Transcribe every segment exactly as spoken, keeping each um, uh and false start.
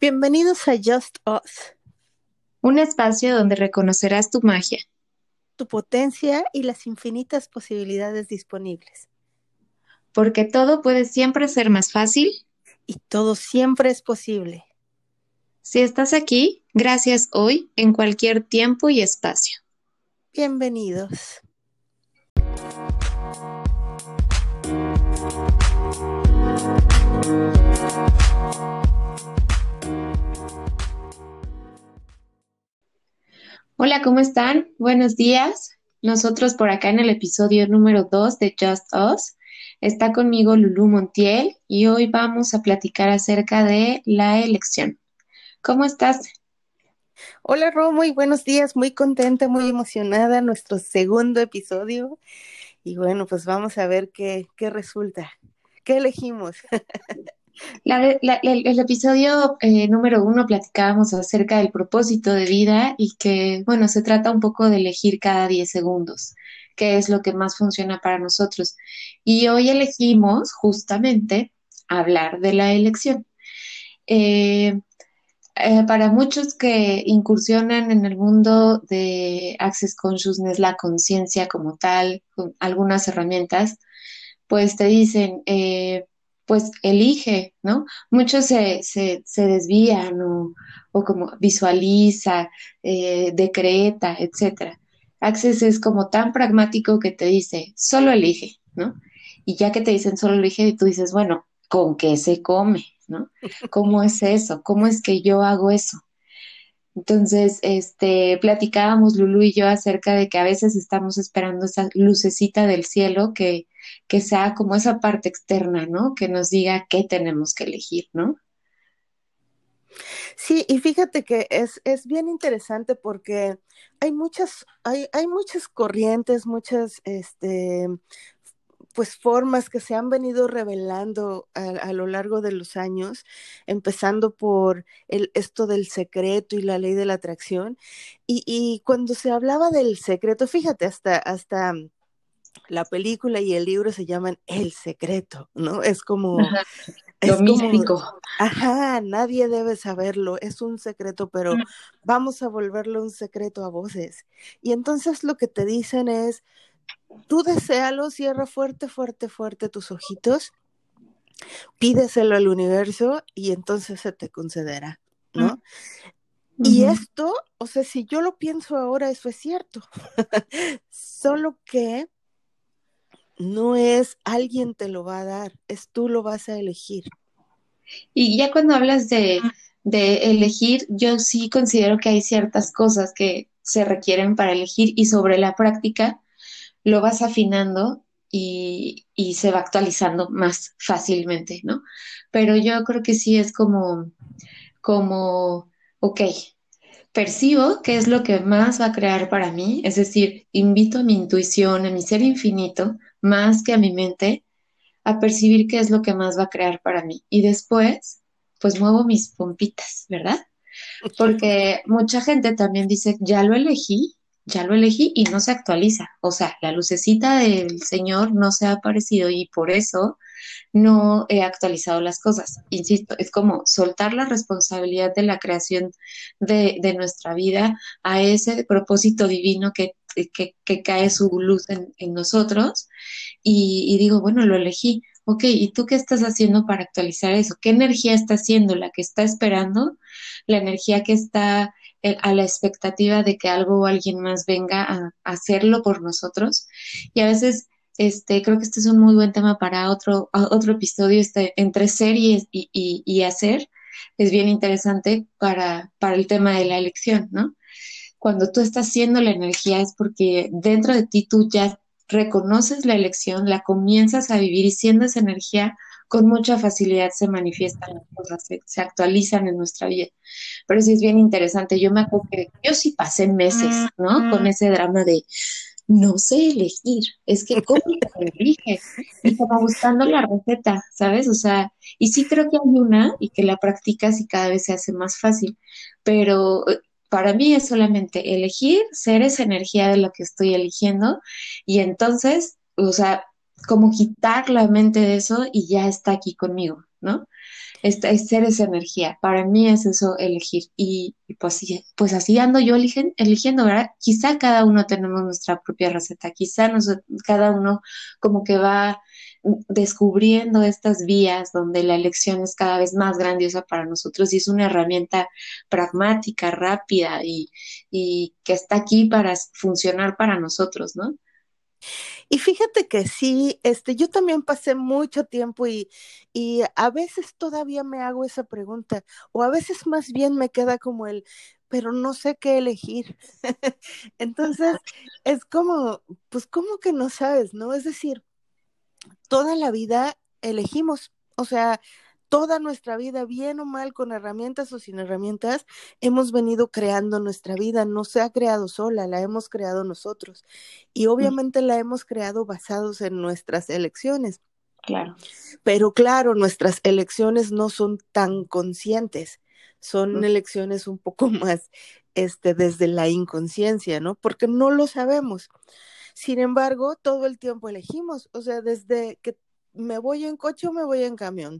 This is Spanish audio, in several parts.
Bienvenidos a Just Us, Un espacio donde reconocerás tu magia, tu potencia y las infinitas posibilidades disponibles. porque todo puede siempre ser más fácil. Y todo siempre es posible. Si estás aquí, gracias hoy en cualquier tiempo y espacio. Bienvenidos. Hola, ¿cómo están? Buenos días. Nosotros por acá en el episodio número dos de Just Us. Está conmigo Lulú Montiel y hoy vamos a platicar acerca de la elección. ¿Cómo estás? Hola Ro, muy buenos días, muy contenta, muy emocionada, nuestro segundo episodio. Y bueno, pues vamos a ver qué, qué resulta, qué elegimos. La- la- el, el episodio eh, número uno platicábamos acerca del propósito de vida y que, bueno, se trata un poco de elegir cada diez segundos, qué es lo que más funciona para nosotros. Y hoy elegimos justamente hablar de la elección. Eh, eh, para muchos que incursionan en el mundo de Access Consciousness, la conciencia como tal, con algunas herramientas, pues te dicen, eh, pues elige, ¿no? Muchos se, se, se desvían o, o como visualiza, eh, decreta, etcétera. Access es como tan pragmático que te dice, solo elige, ¿no? Y ya que te dicen solo elige, tú dices, bueno, ¿con qué se come, ¿no? ¿Cómo es eso? ¿Cómo es que yo hago eso? Entonces, este, platicábamos Lulu y yo acerca de que a veces estamos esperando esa lucecita del cielo que, que sea como esa parte externa, ¿no? Que nos diga qué tenemos que elegir, ¿no? Sí, y fíjate que es, es bien interesante porque hay muchas, hay, hay muchas corrientes, muchas, este, pues formas que se han venido revelando a, a, lo largo de los años, empezando por el, esto del secreto y la ley de la atracción. Y, y cuando se hablaba del secreto, fíjate, hasta, hasta la película y el libro se llaman El Secreto, ¿no? Es como, Ajá, lo es como, místico. ajá, nadie debe saberlo, es un secreto, pero vamos a volverlo un secreto a voces. Y entonces lo que te dicen es, tú deséalo, cierra fuerte, fuerte, fuerte tus ojitos, pídeselo al universo y entonces se te concederá, ¿no? Y Ujú. esto, o sea, si yo lo pienso ahora, eso es cierto. Solo que no es alguien te lo va a dar, es tú lo vas a elegir. Y ya cuando hablas de, de elegir, yo sí considero que hay ciertas cosas que se requieren para elegir y sobre la práctica lo vas afinando y, y se va actualizando más fácilmente, ¿no? Pero yo creo que sí es como, como, ok, percibo qué es lo que más va a crear para mí, es decir, invito a mi intuición, a mi ser infinito, más que a mi mente, a percibir qué es lo que más va a crear para mí. Y después, pues muevo mis pompitas, ¿verdad? Porque mucha gente también dice, ya lo elegí, ya lo elegí y no se actualiza. O sea, la lucecita del Señor no se ha aparecido y por eso no he actualizado las cosas. Insisto, es como soltar la responsabilidad de la creación de, de nuestra vida a ese propósito divino que, que, que cae su luz en, en nosotros y, y digo, bueno, lo elegí. Ok, ¿y tú qué estás haciendo para actualizar eso? ¿Qué energía está haciendo? ¿La que está esperando? ¿La energía que está eh, a la expectativa de que algo o alguien más venga a, a hacerlo por nosotros? Y a veces, este, creo que este es un muy buen tema para otro, a- otro episodio, este, entre ser y, y, y- y hacer. Es bien interesante para, para el tema de la elección, ¿no? Cuando tú estás haciendo la energía es porque dentro de ti tú ya reconoces la elección, la comienzas a vivir y siendo esa energía con mucha facilidad se manifiestan las cosas, se, se actualizan en nuestra vida. Pero sí es bien interesante. Yo me acuerdo que yo sí pasé meses, ¿no? Con ese drama de no sé elegir, es que cómo se elige y como buscando la receta, ¿sabes? O sea, y sí creo que hay una y que la practicas y cada vez se hace más fácil, pero eh, para mí es solamente elegir, ser esa energía de lo que estoy eligiendo y entonces, o sea, como quitar la mente de eso y ya está aquí conmigo, ¿no? Esta- es ser esa energía. Para mí es eso elegir. Y, y pues, sí, pues así ando yo eligen- eligiendo, ¿verdad? Quizá cada uno tenemos nuestra propia receta, quizá nos- cada uno como que va descubriendo estas vías donde la elección es cada vez más grandiosa para nosotros y es una herramienta pragmática, rápida y, y que está aquí para funcionar para nosotros, ¿no? Y fíjate que sí, este, yo también pasé mucho tiempo y, y a veces todavía me hago esa pregunta, o a veces más bien me queda como el, pero no sé qué elegir. Entonces, es como, pues, ¿cómo que no sabes, no? Es decir, toda la vida elegimos, o sea, toda nuestra vida, bien o mal, con herramientas o sin herramientas, hemos venido creando nuestra vida, no se ha creado sola, la hemos creado nosotros. Y Mm, obviamente la hemos creado basados en nuestras elecciones. claro. Pero claro, nuestras elecciones no son tan conscientes, son Mm, elecciones un poco más este, desde la inconsciencia, ¿no? Porque no lo sabemos. Sin embargo, todo el tiempo elegimos, o sea, desde que me voy en coche o me voy en camión,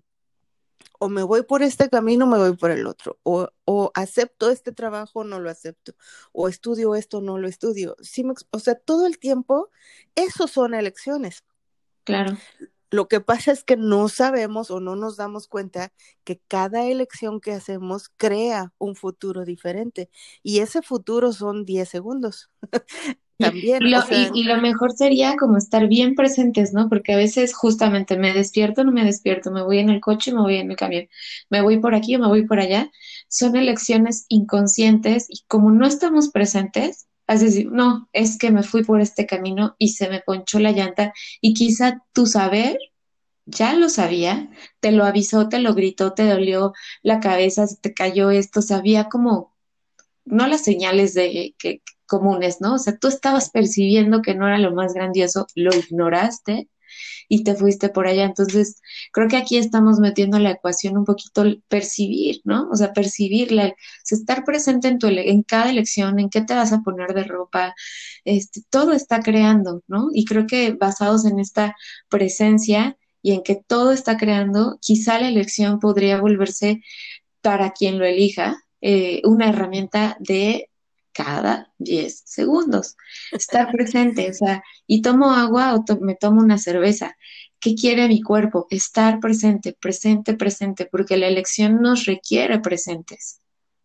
o me voy por este camino o me voy por el otro, o, o acepto este trabajo o no lo acepto, o estudio esto o no lo estudio. Sí me, o sea, todo el tiempo, esos son elecciones. claro. Lo que pasa es que no sabemos o no nos damos cuenta que cada elección que hacemos crea un futuro diferente y ese futuro son diez segundos Y, también, y lo, o y, sea, y lo mejor sería como estar bien presentes, ¿no? Porque a veces justamente me despierto, no me despierto, me voy en el coche, me voy en el camión, me voy por aquí o me voy por allá. Son elecciones inconscientes y como no estamos presentes, es decir, no, es que me fui por este camino y se me ponchó la llanta y quizá tu saber ya lo sabía, te lo avisó, te lo gritó, te dolió la cabeza, se te cayó esto, sabía como no las señales de que comunes, ¿no? O sea, tú estabas percibiendo que no era lo más grandioso, lo ignoraste y te fuiste por allá. Entonces, creo que aquí estamos metiendo en la ecuación un poquito el percibir, ¿no? O sea, percibirla, el- o sea, estar presente en tu ele- en cada elección, en qué te vas a poner de ropa, este, todo está creando, ¿no? Y creo que basados en esta presencia y en que todo está creando, quizá la elección podría volverse para quien lo elija, eh, una herramienta de cada diez segundos. Estar presente, o sea, y tomo agua o to me tomo una cerveza. ¿Qué quiere mi cuerpo? Estar presente, presente, presente, porque la elección nos requiere presentes.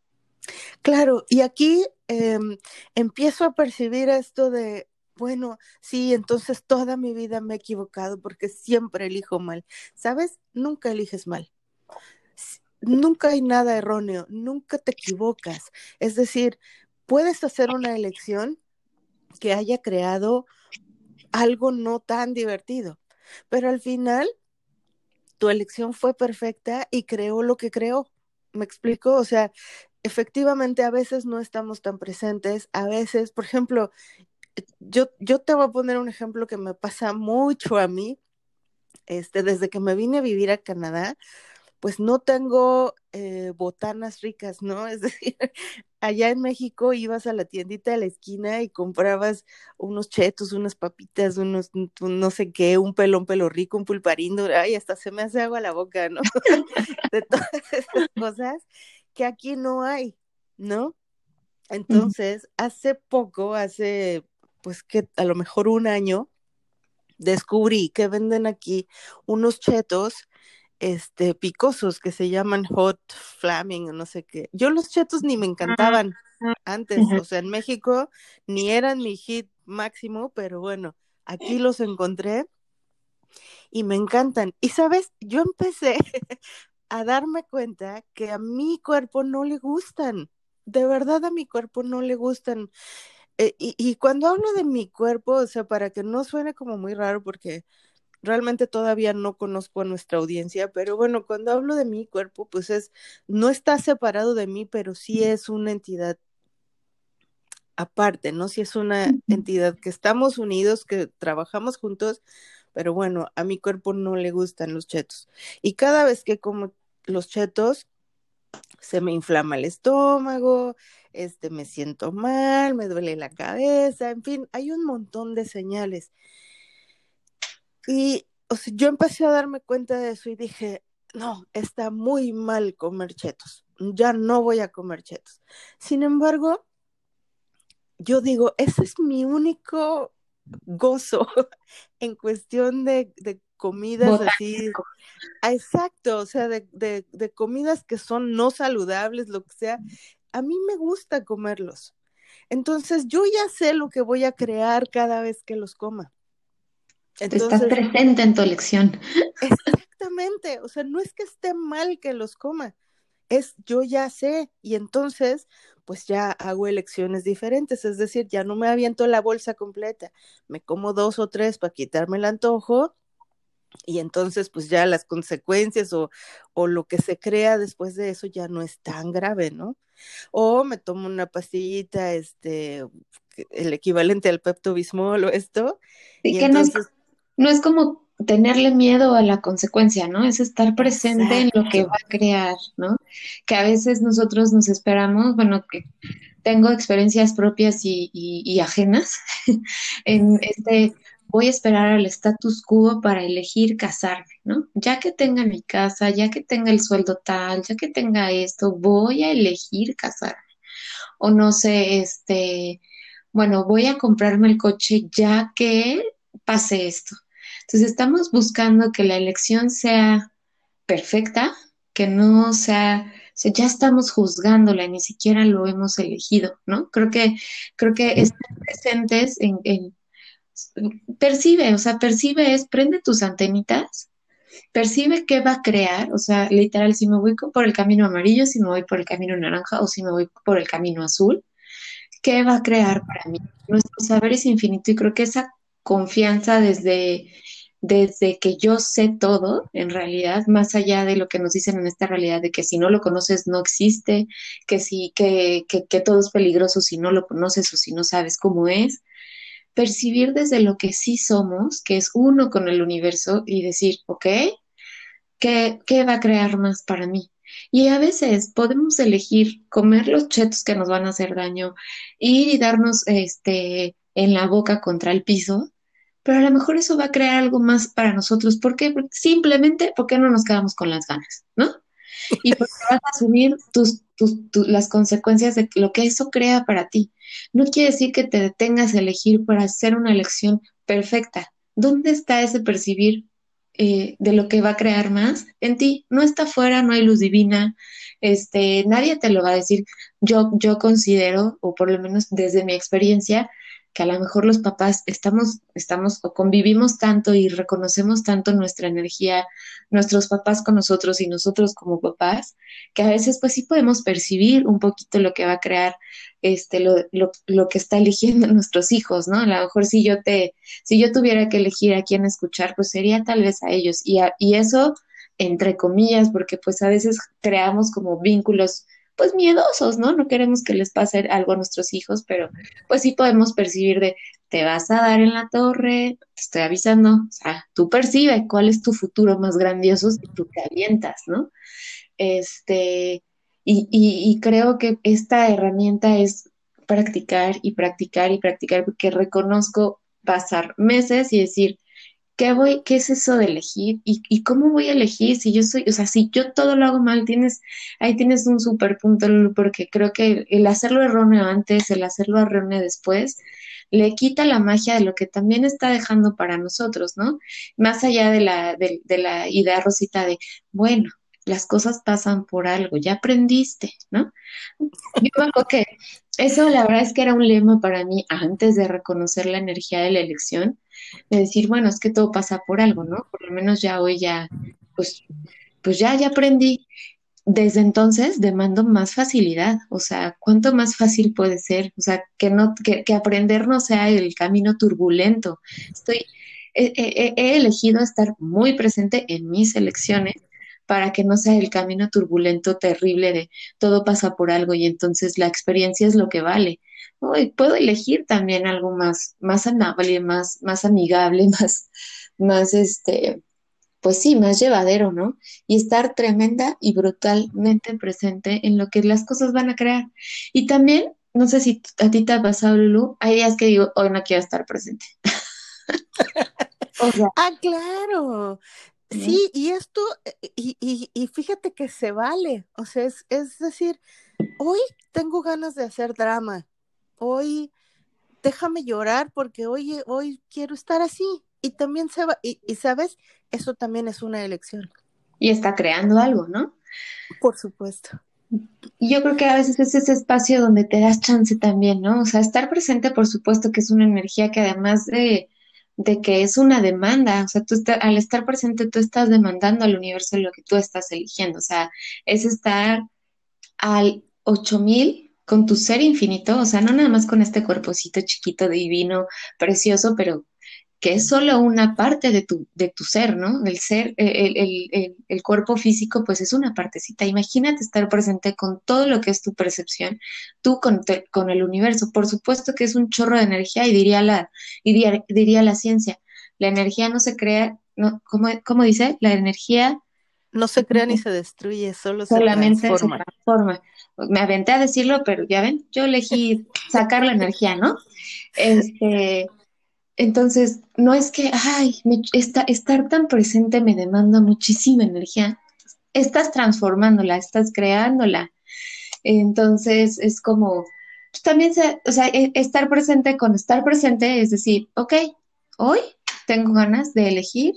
claro, y aquí eh, empiezo a percibir esto de, bueno, sí, entonces toda mi vida me he equivocado porque siempre elijo mal. ¿Sabes? Nunca eliges mal. S- Nunca hay nada erróneo, nunca te equivocas. Es decir, puedes hacer una elección que haya creado algo no tan divertido, pero al final tu elección fue perfecta y creó lo que creó. ¿Me explico? O sea, efectivamente a veces no estamos tan presentes, a veces, por ejemplo, yo, yo te voy a poner un ejemplo que me pasa mucho a mí, este, desde que me vine a vivir a Canadá, pues no tengo eh, botanas ricas, ¿no? Es decir, allá en México ibas a la tiendita de la esquina y comprabas unos chetos, unas papitas, unos, no sé qué, un pelón pelo rico, un pulparindo, ay, hasta se me hace agua la boca, ¿no? De todas esas cosas que aquí no hay, ¿no? Ujú. Entonces, hace poco, hace pues que a lo mejor un año, descubrí que venden aquí unos chetos este, picosos que se llaman hot flaming o no sé qué. Yo los chetos ni me encantaban antes, Ujú. o sea, en México ni eran mi hit máximo, pero bueno, aquí los encontré y me encantan. Y sabes, yo empecé a darme cuenta que a mi cuerpo no le gustan. De verdad a mi cuerpo no le gustan. Eh, y, y cuando hablo de mi cuerpo, o sea, para que no suene como muy raro, porque realmente todavía no conozco a nuestra audiencia, pero bueno, cuando hablo de mi cuerpo, pues es, no está separado de mí, pero sí es una entidad aparte, ¿no? Sí es una entidad que estamos unidos, que trabajamos juntos, pero bueno, a mi cuerpo no le gustan los chetos. Y cada vez que como los chetos, se me inflama el estómago, este, me siento mal, me duele la cabeza, en fin, hay un montón de señales. Y o sea, yo empecé a darme cuenta de eso y dije, no, está muy mal comer chetos, ya no voy a comer chetos. Sin embargo, yo digo, ese es mi único gozo en cuestión de, de comidas así. Botánico. Ah, exacto, o sea, de, de, de comidas que son no saludables, lo que sea, a mí me gusta comerlos. Entonces, yo ya sé lo que voy a crear cada vez que los coma. Estás Entonces, presente en tu elección. exactamente, o sea, no es que esté mal que los coma, es yo ya sé y entonces pues ya hago elecciones diferentes, es decir, ya no me aviento la bolsa completa, me como dos o tres para quitarme el antojo y entonces pues ya las consecuencias o, o lo que se crea después de eso ya no es tan grave, ¿no? O me tomo una pastillita, este, el equivalente al Pepto Bismol o esto, Y y que no es, entonces, no es como tenerle miedo a la consecuencia, ¿no? Es estar presente en lo que va exacto. a crear, ¿no? Que a veces nosotros nos esperamos, bueno, que tengo experiencias propias y, y- y ajenas en este, voy a esperar al status quo para elegir casarme, ¿no? Ya que tenga mi casa, ya que tenga el sueldo tal, ya que tenga esto, voy a elegir casarme. O no sé, este, bueno, voy a comprarme el coche ya que pase esto. Entonces estamos buscando que la elección sea perfecta, que no sea, o sea, ya estamos juzgándola, ni siquiera lo hemos elegido, ¿no? Creo que, creo que estar presentes en, en- percibe, o sea, percibe es, prende tus antenitas, percibe qué va a crear, o sea, literal, si me voy co- por el camino amarillo, si me voy por el camino naranja o si me voy por el camino azul, ¿qué va a crear para mí? Nuestro saber es infinito y creo que esa confianza desde, desde que yo sé todo, en realidad, más allá de lo que nos dicen en esta realidad, de que si no lo conoces no existe, que sí, que, que, que todo es peligroso si no lo conoces o si no sabes cómo es, percibir desde lo que sí somos, que es uno con el universo, y decir, ok, ¿qué, qué va a crear más para mí? Y a veces podemos elegir comer los chetos que nos van a hacer daño, ir y darnos este en la boca contra el piso, pero a lo mejor eso va a crear algo más para nosotros. ¿Por qué? Porque simplemente, ¿por qué no nos quedamos con las ganas? ¿No? Y porque vas a asumir tus, tus, tu- las consecuencias de lo que eso crea para ti. No quiere decir que te detengas a elegir para hacer una elección perfecta. ¿Dónde está ese percibir eh, de lo que va a crear más? En ti, no está afuera, no hay luz divina, este, nadie te lo va a decir. Yo, yo considero, o por lo menos desde mi experiencia, que a lo mejor los papás estamos, estamos o convivimos tanto y reconocemos tanto nuestra energía, nuestros papás con nosotros y nosotros como papás, que a veces pues sí podemos percibir un poquito lo que va a crear este lo, lo, lo que está eligiendo nuestros hijos, ¿no? A lo mejor si yo te, si yo tuviera que elegir a quién escuchar, pues sería tal vez a ellos. Y, a, y eso entre comillas, porque pues a veces creamos como vínculos pues miedosos, ¿no? No queremos que les pase algo a nuestros hijos, pero pues sí podemos percibir de te vas a dar en la torre, te estoy avisando, o sea, tú percibe cuál es tu futuro más grandioso si tú te avientas, ¿no? Este, y, y, y creo que esta herramienta es practicar y practicar y practicar, porque reconozco pasar meses y decir, ¿qué voy, qué es eso de elegir? ¿Y, y cómo voy a elegir si yo soy, o sea, si yo todo lo hago mal, tienes, ahí tienes un súper punto, Lulu, porque creo que el hacerlo erróneo antes, el hacerlo erróneo después, le quita la magia de lo que también está dejando para nosotros, ¿no? Más allá de la, de, de la idea rosita de, bueno, las cosas pasan por algo, ya aprendiste, ¿no? Yo me acuerdo que eso la verdad es que era un lema para mí antes de reconocer la energía de la elección, de decir, bueno, es que todo pasa por algo, ¿no? Por lo menos ya hoy ya, pues, pues ya, ya aprendí. Desde entonces demando más facilidad, o sea, ¿cuánto más fácil puede ser? O sea, que no, que, que aprender no sea el camino turbulento. Estoy, he, he- he elegido estar muy presente en mis elecciones para que no sea el camino turbulento terrible de todo pasa por algo y entonces la experiencia es lo que vale. ¿No? Y puedo elegir también algo más, más amable, más, más amigable, más, más este pues sí, más llevadero, ¿no? Y estar tremenda y brutalmente presente en lo que las cosas van a crear. Y también, no sé si a ti te ha pasado, Lulu, hay días que digo, hoy no quiero estar presente. O sea, Ah, claro. ¿no? Sí, y esto, eh, y, y, y fíjate que se vale. O sea, es, es decir, hoy tengo ganas de hacer drama. Hoy déjame llorar porque hoy, hoy quiero estar así. Y también se va, y, y sabes, eso también es una elección, Y está creando algo, ¿no? por supuesto. Y yo creo que a veces es ese espacio donde te das chance también, ¿no? O sea, estar presente, por supuesto que es una energía que además de, de que es una demanda, o sea, tú está- al estar presente, tú estás demandando al universo lo que tú estás eligiendo, o sea, es estar al ocho mil con tu ser infinito, o sea, no nada más con este cuerpocito chiquito, divino, precioso, pero que es solo una parte de tu, de tu ser, ¿no? El ser, el, el, el, el cuerpo físico, pues es una partecita. Imagínate estar presente con todo lo que es tu percepción, tú con, te, con el universo. Por supuesto que es un chorro de energía y diría la, diría, diría la ciencia, la energía no se crea, no, ¿cómo, cómo dice? La energía No se crea ni se destruye, solo se solamente se transforma. transforma. Me aventé a decirlo, pero ya ven, yo elegí sacar la energía, ¿no? Este, entonces, no es que, ay, me- esta- estar tan presente me demanda muchísima energía. Estás transformándola, estás creándola. Entonces, es como, pues, también, se, o sea, e- estar presente con estar presente es decir, ok, hoy tengo ganas de elegir,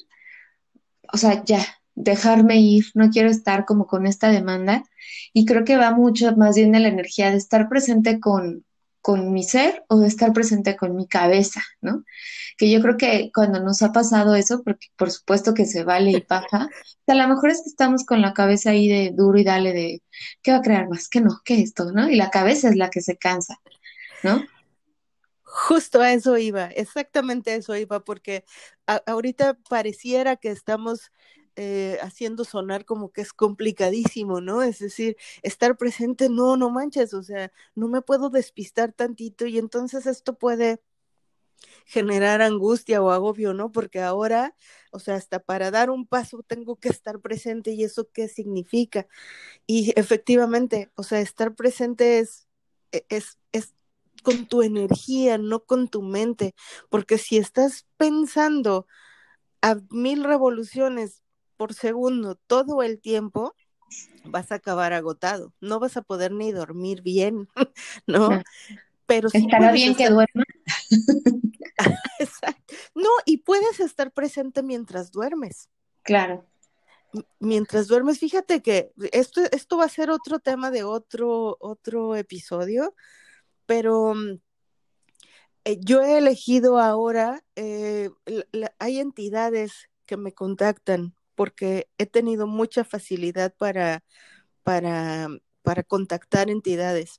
o sea, ya, dejarme ir, no quiero estar como con esta demanda y creo que va mucho más bien de la energía de estar presente con, con mi ser o de estar presente con mi cabeza, ¿no? Que yo creo que cuando nos ha pasado eso, porque por supuesto que se vale y pasa, a lo mejor es que estamos con la cabeza ahí de duro y dale de, ¿qué va a crear más? ¿Qué no? ¿Qué esto? ¿No? Y la cabeza es la que se cansa, ¿no? Justo a eso iba, exactamente a eso iba, porque a- ahorita pareciera que estamos eh, haciendo sonar como que es complicadísimo, ¿no? Es decir, estar presente, no, no manches, o sea, no me puedo despistar tantito y entonces esto puede generar angustia o agobio, ¿no? Porque ahora, o sea, hasta para dar un paso tengo que estar presente y eso qué significa. Y efectivamente, o sea, estar presente es, e, es, es con tu energía, no con tu mente, porque si estás pensando a mil revoluciones por segundo todo el tiempo, vas a acabar agotado, no vas a poder ni dormir bien, ¿no? No. Pero sí ¿Estará puedes bien que estar, duerma? exacto, no, y puedes estar presente mientras duermes. Claro. Mientras duermes, fíjate que esto, esto va a ser otro tema de otro, otro episodio, pero mm, eh, yo he elegido ahora, eh, la- la- hay entidades que me contactan porque he tenido mucha facilidad para, para, para contactar entidades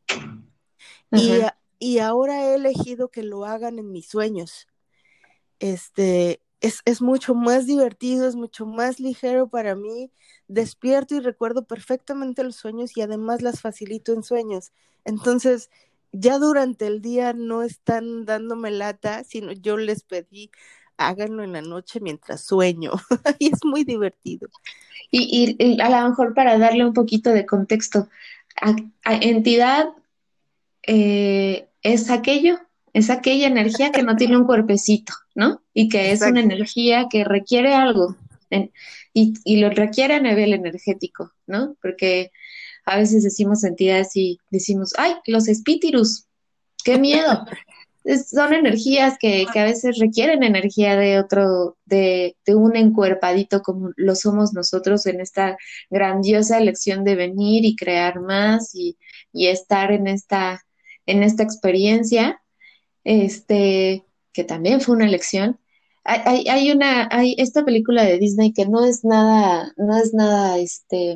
y, Ajá. a- y ahora he elegido que lo hagan en mis sueños. Este, es, es mucho más divertido, es mucho más ligero para mí. Despierto y recuerdo perfectamente los sueños y además las facilito en sueños. Entonces, ya durante el día no están dándome lata, sino yo les pedí, háganlo en la noche mientras sueño. Y es muy divertido. Y, y- y a lo mejor para darle un poquito de contexto, a- a- entidad eh, es aquello, es aquella energía que no tiene un cuerpecito, ¿no? Y que es una Exacto. energía que requiere algo en- y, y lo requiere a nivel energético, ¿no? Porque a veces decimos entidades y decimos, ay, los espíritus, qué miedo. Es- son energías que, que a veces requieren energía de otro, de, de un encuerpadito como lo somos nosotros en esta grandiosa elección de venir y crear más y, y estar en esta, en esta experiencia, este, que también fue una elección. Hay, hay, hay una, hay esta película de Disney que no es nada, no es nada, este,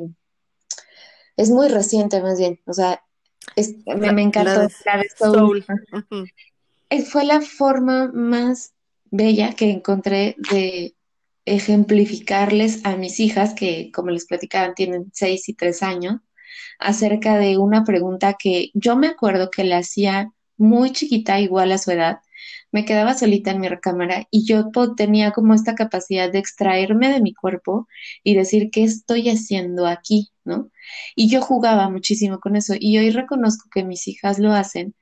es muy reciente más bien, o sea, es- me, La, me la encantó de la de Soul. Soul. Ujú. Eh, Fue la forma más bella que encontré de ejemplificarles a mis hijas, que como les platicaban, tienen seis y tres años, acerca de una pregunta que yo me acuerdo que la hacía muy chiquita, igual a su edad. Me quedaba solita en mi recámara y yo po- tenía como esta capacidad de extraerme de mi cuerpo y decir, ¿qué estoy haciendo aquí? ¿No? Y yo jugaba muchísimo con eso y hoy reconozco que mis hijas lo hacen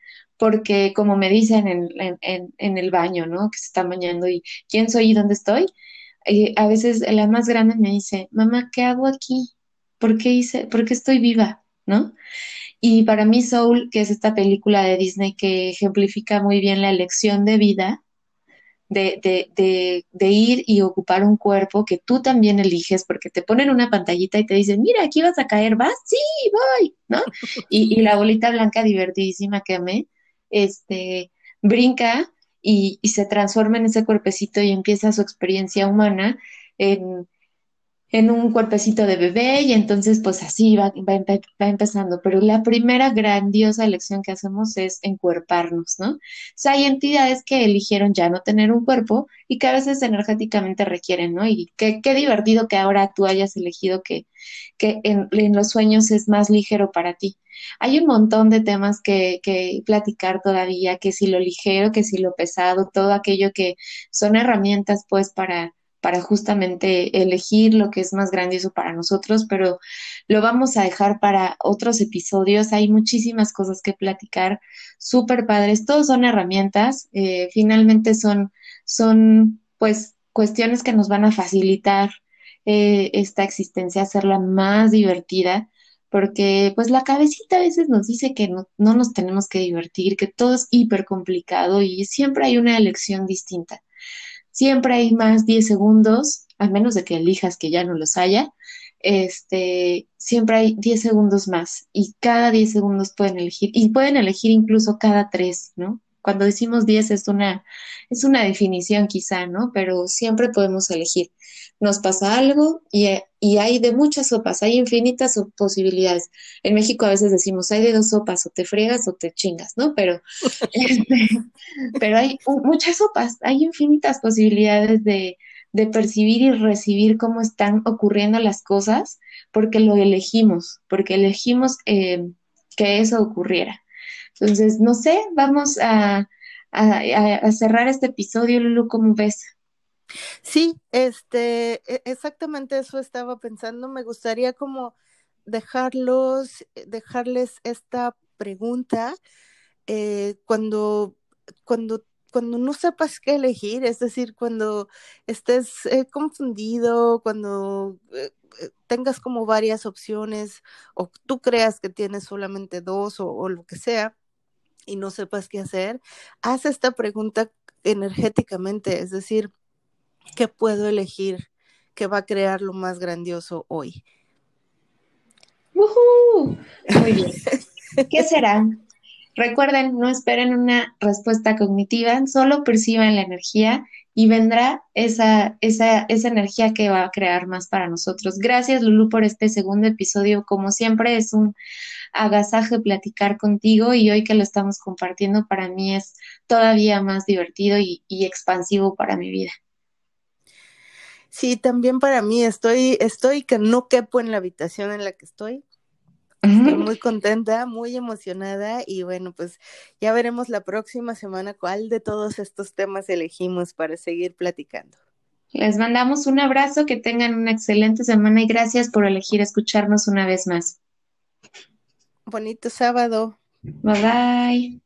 porque como me dicen en, en, en, en el baño, ¿no? Que se está bañando y quién soy y dónde estoy. Eh, a veces la más grande me dice, mamá, ¿qué hago aquí? ¿Por qué hice, por qué estoy viva? ¿No? Y para mí Soul, que es esta película de Disney que ejemplifica muy bien la elección de vida, de, de, de, de ir y ocupar un cuerpo que tú también eliges, porque te ponen una pantallita y te dicen, mira, aquí vas a caer, vas, sí, voy, ¿no? Y, y la bolita blanca divertidísima que amé, este, brinca y, y se transforma en ese cuerpecito y empieza su experiencia humana en en un cuerpecito de bebé y entonces pues así va, va, empe- va empezando. Pero la primera grandiosa elección que hacemos es encuerparnos, ¿no? O sea, hay entidades que eligieron ya no tener un cuerpo y que a veces energéticamente requieren, ¿no? Y qué, qué divertido que ahora tú hayas elegido que, que en, en los sueños es más ligero para ti. Hay un montón de temas que, que platicar todavía, que si lo ligero, que si lo pesado, todo aquello que son herramientas pues para para justamente elegir lo que es más grandioso para nosotros, pero lo vamos a dejar para otros episodios. Hay muchísimas cosas que platicar, súper padres. Todos son herramientas, eh, finalmente son, son pues cuestiones que nos van a facilitar eh, esta existencia, hacerla más divertida. Porque pues la cabecita a veces nos dice que no, no nos tenemos que divertir, que todo es hiper complicado y siempre hay una elección distinta. Siempre hay más diez segundos, a menos de que elijas que ya no los haya. Este, siempre hay diez segundos más y cada diez segundos pueden elegir y pueden elegir incluso cada tres, ¿no? Cuando decimos diez es una, es una definición quizá, ¿no? Pero siempre podemos elegir. Nos pasa algo y, y hay de muchas sopas, hay infinitas o- posibilidades. En México a veces decimos, hay de dos sopas, o te friegas o te chingas, ¿no? Pero este, pero hay u- muchas sopas, hay infinitas posibilidades de, de percibir y recibir cómo están ocurriendo las cosas, porque lo elegimos, porque elegimos eh, que eso ocurriera. Entonces, no sé, vamos a, a, a- a cerrar este episodio, Lulu, ¿cómo ves? Sí, este, e- exactamente eso estaba pensando. Me gustaría como dejarlos, eh, dejarles esta pregunta eh, cuando, cuando, cuando no sepas qué elegir, es decir, cuando estés eh, confundido, cuando eh, eh, tengas como varias opciones o tú creas que tienes solamente dos o, o lo que sea y no sepas qué hacer, haz esta pregunta energéticamente, es decir, ¿qué puedo elegir que va a crear lo más grandioso hoy? ¡Woohoo! Muy bien. ¿Qué será? Recuerden, no esperen una respuesta cognitiva, solo perciban la energía y vendrá esa, esa, esa energía que va a crear más para nosotros. Gracias, Lulu, por este segundo episodio. Como siempre, es un agasaje platicar contigo y hoy que lo estamos compartiendo, para mí es todavía más divertido y, y expansivo para mi vida. Sí, también para mí estoy, estoy que no quepo en la habitación en la que estoy. Estoy muy contenta, muy emocionada y bueno, pues ya veremos la próxima semana cuál de todos estos temas elegimos para seguir platicando. Les mandamos un abrazo, que tengan una excelente semana y gracias por elegir escucharnos una vez más. Bonito sábado. Bye bye.